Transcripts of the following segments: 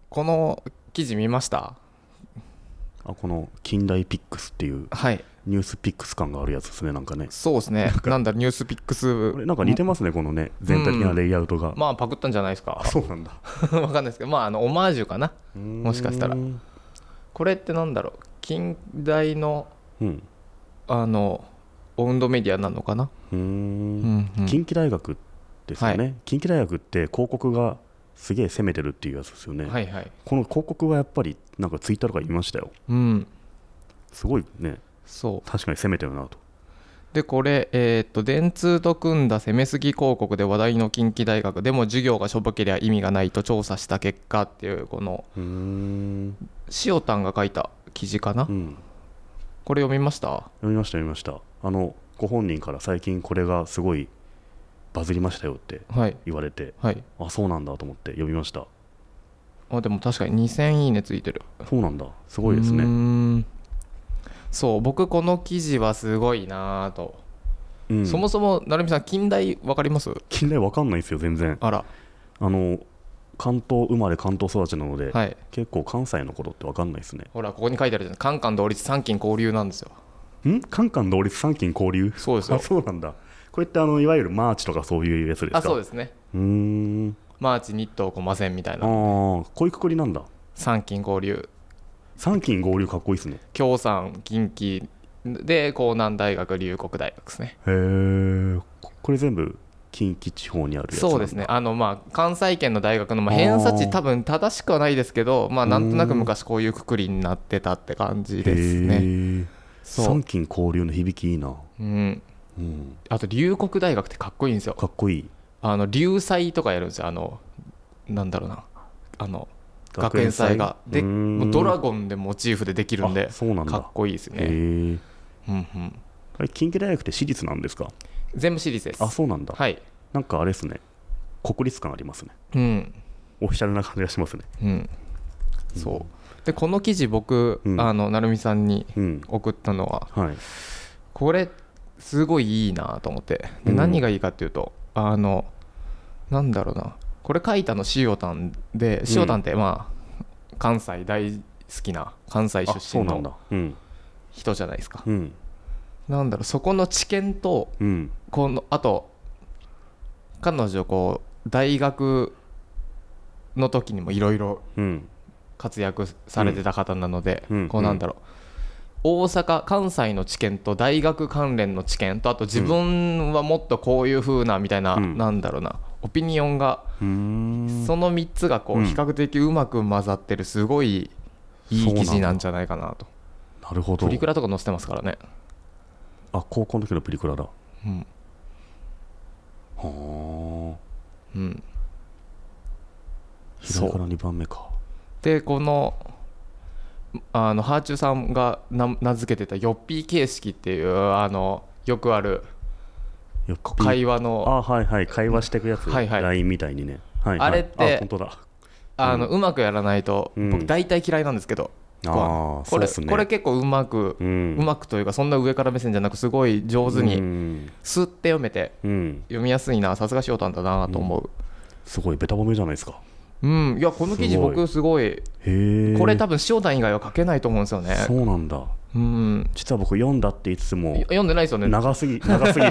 この記事見ました？ この近代ピックスっていうはい。 ニュースピックス感があるやつですね、なんかね。 そうですね。なんだ、ニュースピックス。 これなんか似てますね、このね、全体的なレイアウトが。 まあ、パクったんじゃないですか。 そうなんだ。 わかんないですけど、まあ、オマージュかな。もしかしたら。 うん。 これってなんだろう。近代の、あの、オウンドメディアなのかな。 近畿大学ですよね、 はい。 近畿大学って広告がすげえ攻めてるっていうやつですよね。 はいはい。 この広告はやっぱりなんかツイッターとか見ましたよ。 うん。 すごいね、 そう。 確かに攻めてるなと。 で、これ、電通と組んだ攻めすぎ広告で話題の近畿大学でも授業がしょぼけりゃ意味がないと調査した結果っていう、この塩タンが書いた記事かな。これ読みました？ 読みました読みました。ご本人から最近これがすごいバズりましたよって言われて、 はい。 あ、そうなんだと思って読みました。 でも確かに2000いいねついてる。 そうなんだ、すごいですね。 そう、僕この記事はすごいなと。そもそも成美さん、近代わかります？ 近代わかんないですよ全然。 あら。 関東生まれ関東育ちなので、 はい、 結構関西のことってわかんないですね。 ほら、ここに書いてあるじゃん。カンカン同率参勤交流なんですよ。 カンカン同率参勤交流。 そうですよ。 あ、そうなんだ。これっていわゆるマーチとかそういうやつですか？ そうですね。マーチ日東駒線みたいな。 こういうくくりなんだ。 参勤交流。 参勤合流かっこいいですね。 京産近畿で江南大学龍谷大学ですね。 へえ。これ全部近畿地方にあるやつなんだ。 そうですね。関西圏の大学の、偏差値多分正しくはないですけど、なんとなく昔こういうくくりになってたって感じですね。 参勤交流の響きいいな。 あと龍谷大学ってかっこいいんですよ。 かっこいい。 龍祭とかやるんですよ。なんだろうな、学園祭がで、もうドラゴンでモチーフでできるんで、かっこいいですね。 あれ、近畿大学って私立なんですか？ 全部私立です。 あ、そうなんだ。 はい。 なんかあれですね、国立感ありますね。オフィシャルな感じがしますね。 そうで、この記事僕、成美さんに送ったのは、これすごいいいなと思って。で、何がいいかっていうと、なんだろうな、これ書いたの塩タンで、塩タンってまあ関西大好きな関西出身の人じゃないですか。なんだろう、そこの知見と、あと彼女こう大学の時にもいろいろ活躍されてた方なので、こうなんだろう、大阪関西の知見と大学関連の知見と、あと自分はもっとこういう風なみたいな、なんだろうな、オピニオンが、その3つがこう比較的うまく混ざってる、すごいいい記事なんじゃないかなと。 なるほど。 プリクラとか載せてますからね。 高校の時のプリクラだ。はあ。 左から2番目か。 で、このハーチューさんが名付けてたヨッピー形式っていう、よくある会話の、 会話していくやつ、LINE みたいにね。 あれって本当だ。 うまくやらないと、僕大体嫌いなんですけど、これ結構うまくというか、そんな上から目線じゃなく、すごい上手にスッて読めて、読みやすいな、さすが塩タンだなと思う。 すごいベタ褒めじゃないですか。 いや、この記事僕すごい、これ多分塩タン以外は書けないと思うんですよね。 そうなんだ。実は僕読んだって言いつつも読んでないですよね。 長すぎて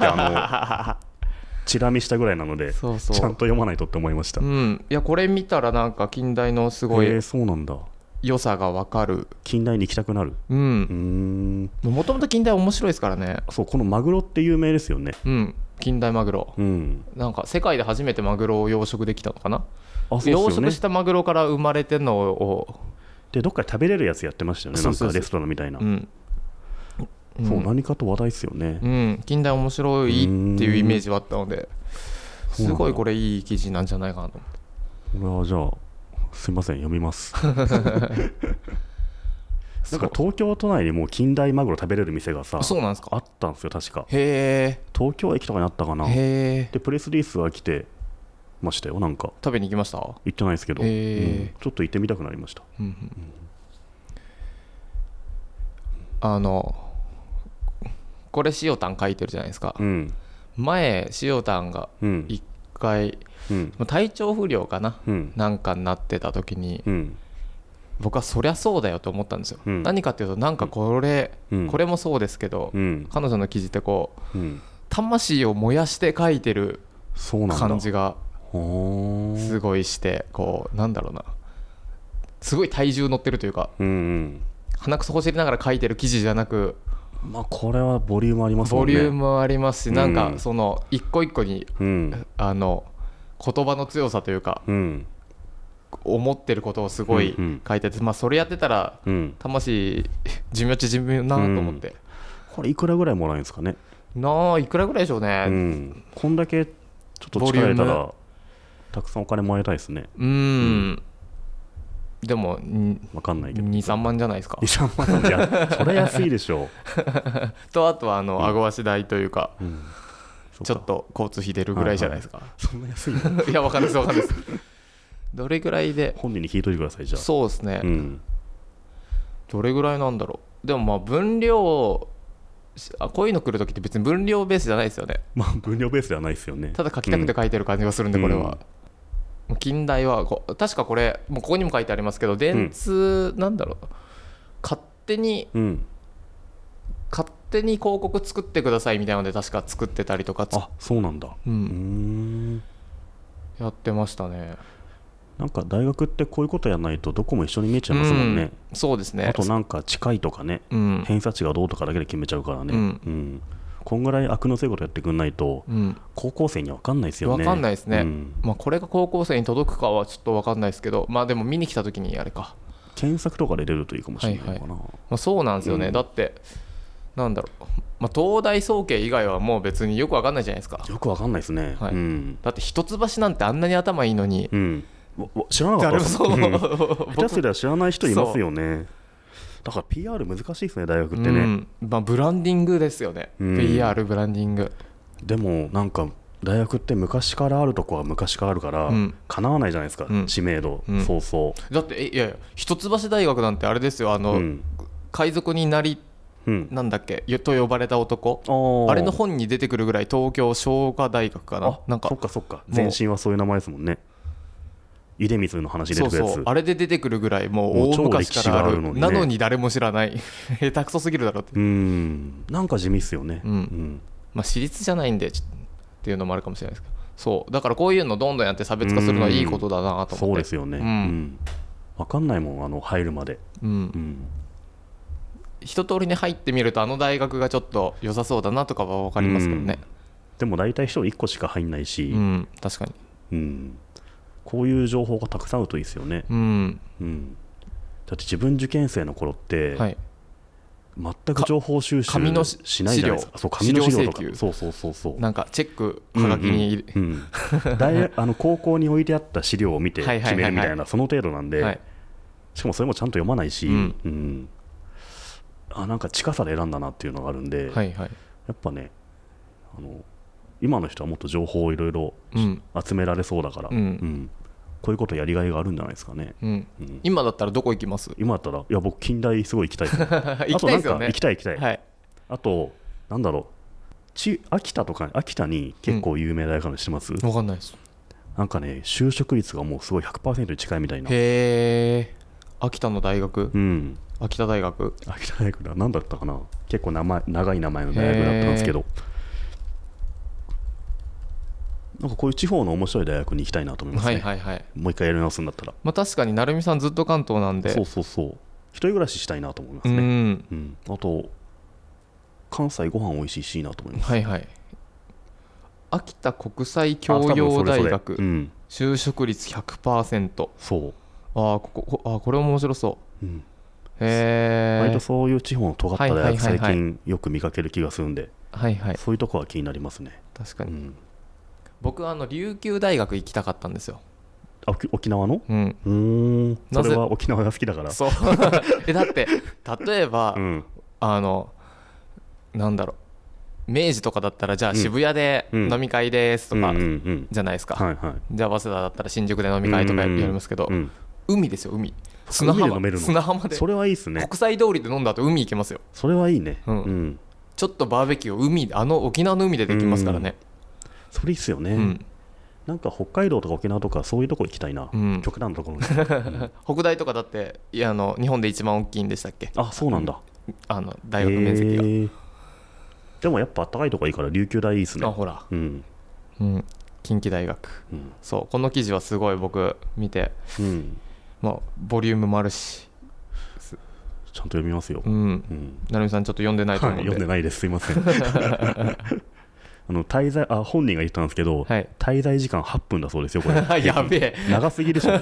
チラ見したぐらいなので、ちゃんと読まないとって思いました。 いや、これ見たらなんか近代のすごいそうなんだ、 良さが分かる。 近代に行きたくなる。 もともと近代面白いですからね。 そう、このマグロって有名ですよね。 近代マグロ、なんか世界で初めてマグロを養殖できたのかな。養殖したマグロから生まれてるのをで、どっかで食べれるやつやってましたよね。なんかレストランみたいな。そう、何かと話題ですよね。 近代面白いっていうイメージはあったので、すごいこれいい記事なんじゃないかなと思って。 これはじゃあすいません、読みますなんか東京都内にもう近代マグロ食べれる店がさ、 そうなんですか。 あったんですよ確か。 へえ。 東京駅とかにあったかな。でプレスリリースが来てましたよ。なんか食べに行きました？ 行ってないですけど、ちょっと行ってみたくなりました。 これ塩タン書いてるじゃないですか。前塩タンが1 回、体調不良かな、なんかになってた時に、僕はそりゃそうだよと思ったんですよ、何かっていうとなんかこれもそうですけど、彼女の記事ってこう、魂を燃やして書いてる感じがすごいして、こうなんだろうな、すごい体重乗ってるというか、鼻くそほじりながら書いてる記事じゃなく、 まあこれはボリュームありますもんね。 ボリュームありますし、なんかその一個一個に、言葉の強さというか、思ってることをすごい書いてて、まあそれやってたら魂寿命縮むなと思って、 これいくらぐらいもらえるんですかね。 いくらぐらいでしょうね、 こんだけちょっと力入れたらたくさんお金もらいたいですね。 でも分かんないけど 2,3 万じゃないですか。 2,3 万じゃそれ安いでしょとあとはあご足代というか、ちょっと交通費出るぐらいじゃないですか。 そんな安いのいや分かんないですどれぐらいで本人に聞いといてください。じゃあそうですね、どれぐらいなんだろう。でもまあ分量こういうの来るときって別に分量ベースじゃないですよね。 まあ分量ベースではないですよね。 ただ書きたくて書いてる感じがするんで、これは近代は確かこれもうここにも書いてありますけど、電通なんだろう、勝手に広告作ってくださいみたいなので確か作ってたりとか。 あ、そうなんだ。 やってましたね。 なんか大学ってこういうことやらないとどこも一緒に見えちゃいますもんね。 そうですね。 あとなんか近いとかね、偏差値がどうとかだけで決めちゃうからね、こんぐらい悪の強いことやってくんないと、高校生には分かんないですよね。 分かんないですね、まあ、これが高校生に届くかはちょっと分かんないですけど、まあでも見に来た時にあれか、 検索とかで出るといいかもしれないのかな。 まあ、そうなんですよね、だってなんだろう、まあ、東大総計以外はもう別によく分かんないじゃないですか。 よく分かんないですね、 だって一橋なんてあんなに頭いいのに、 知らなかったです。下手すりゃ知らない人いますよね。だから PR 難しいですね、大学ってね、 まあ、ブランディングですよね、PR ブランディング。 でもなんか大学って昔からあるとこは昔からあるから、かなわないじゃないですか、知名度、そうそう。 だっていやいや一橋大学なんてあれですよ、海賊になりなんだっけと呼ばれた男、あれの本に出てくるぐらい東京商科大学かな。なんかそっかそっか、前身はそういう名前ですもんね。出水の話出てくるやつ。 そうあれで出てくるぐらいもう大昔からあるのに、なのに誰も知らない下手くそすぎるだろって。 なんか地味っすよね。 まあ私立じゃないんでっていうのもあるかもしれないですけど、そうだからこういうのどんどんやって差別化するのはいいことだなと思って。 そうですよね、分かんないもん入るまで。 一通りに入ってみると大学がちょっと良さそうだなとかは分かりますけどね。 でも大体人1個しか入んないし、 確かに、 こういう情報がたくさんあるといいですよね。だって自分受験生の頃って、全く情報収集しないじゃないですか。紙の資料とか、そうなんかチェックはがきに高校に置いてあった資料を見て決めるみたいな、その程度なんで、しかもそれもちゃんと読まないし、なんか近さで選んだなっていうのがあるんで、やっぱね、今の人はもっと情報をいろいろ集められそうだから、こういうことやりがいがあるんじゃないですかね。 今だったらどこ行きます？ 今だったら、いや僕近代すごい行きたい行きたいですよね。 行きたい、あとなんだろう、秋田に結構有名な大学あるの知ってます？ 分かんないです。 なんかね、就職率がもうすごい 100% に近いみたいな。 へえ。秋田の大学、秋田大学だ、何だったかな、結構長い名前の大学だったんですけど、なんかこういう地方の面白い大学に行きたいなと思いますね。もう一回やり直すんだったら。 まあ確かに成美さんずっと関東なんで、 そう一人暮らししたいなと思いますね。あと関西ご飯美味しいしいなと思います。 秋田国際教養大学、就職率 100%。 そうこれも面白そう。 割とそういう地方の尖った大学最近よく見かける気がするんで、そういうとこは気になりますね。 確かに、僕は琉球大学行きたかったんですよ。 沖縄の？それは沖縄が好きだから。 そうだって例えば、なんだろう、明治とかだったらじゃあ渋谷で飲み会ですとかじゃないですか。じゃあ早稲田だったら新宿で飲み会とかやりますけど、海ですよ、海。砂浜で。 それはいいですね。 国際通りで飲んだ後海行けますよ。 それはいいね。 ちょっとバーベキューを沖縄の海でできますからね。 それいいっすよね。 なんか北海道とか沖縄とかそういうとこ行きたいな、極端なところに、 北大とかだって日本で一番大きいんでしたっけ。 あ、そうなんだ。 大学面積が、 でもやっぱ暖かいとこいいから琉球大いいっすね。 ほら、近畿大学、そうこの記事はすごい僕見て、ボリュームもあるしちゃんと読みますよ。 成美さんちょっと読んでないと思うんで、 読んでないです、すいません。滞在本人が言ったんですけど、滞在時間8分だそうですよ、これ。 やべえ、 長すぎでしょ。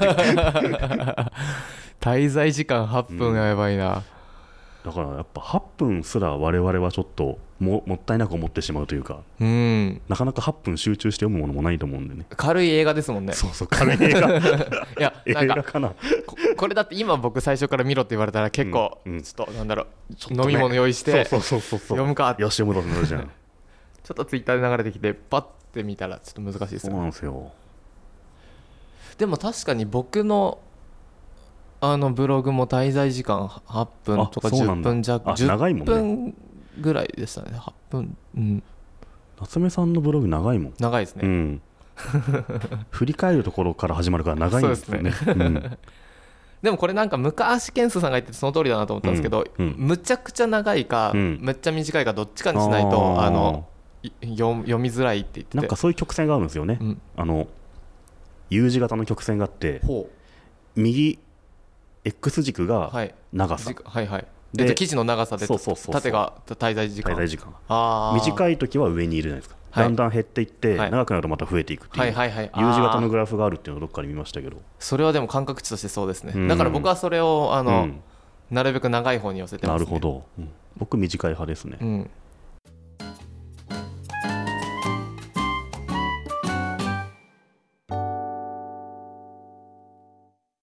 滞在時間8分がやばいな。 だからやっぱ8分すら我々はちょっと もったいなく思ってしまうというか、なかなか8分集中して読むものもないと思うんでね。 軽い映画ですもんね。 そうそう、軽い映画。いや、なんか映画かな。 これだって今僕最初から見ろって言われたら結構ちょっとなんだろう、飲み物用意して読むか、 よし読むとなるじゃん。 ちょっとツイッターで流れてきてパッて見たらちょっと難しいですよね。 そうなんですよ。 でも確かに僕のブログも滞在時間8分とか10分弱、 長いもんね、 10分ぐらいでしたね。8分。 夏目さんのブログ長いもん。 長いですね。 振り返るところから始まるから長いんですよね。 でもこれなんか昔ケンスさんが言っててその通りだなと思ったんですけど、むちゃくちゃ長いか、むっちゃ短いかどっちかにしないと読みづらいって言ってて、 なんかそういう曲線があるんですよね。U 字型の曲線があって、右X 軸が長さ、 記事の長さで縦が滞在時間、 短い時は上にいるじゃないですか、だんだん減っていって長くなるとまた増えていくっていう U 字型のグラフがあるっていうのをどっかで見ましたけど、 それはでも感覚値としてそうですね。だから僕はそれをなるべく長い方に寄せてますね。 なるほど、僕短い派ですね。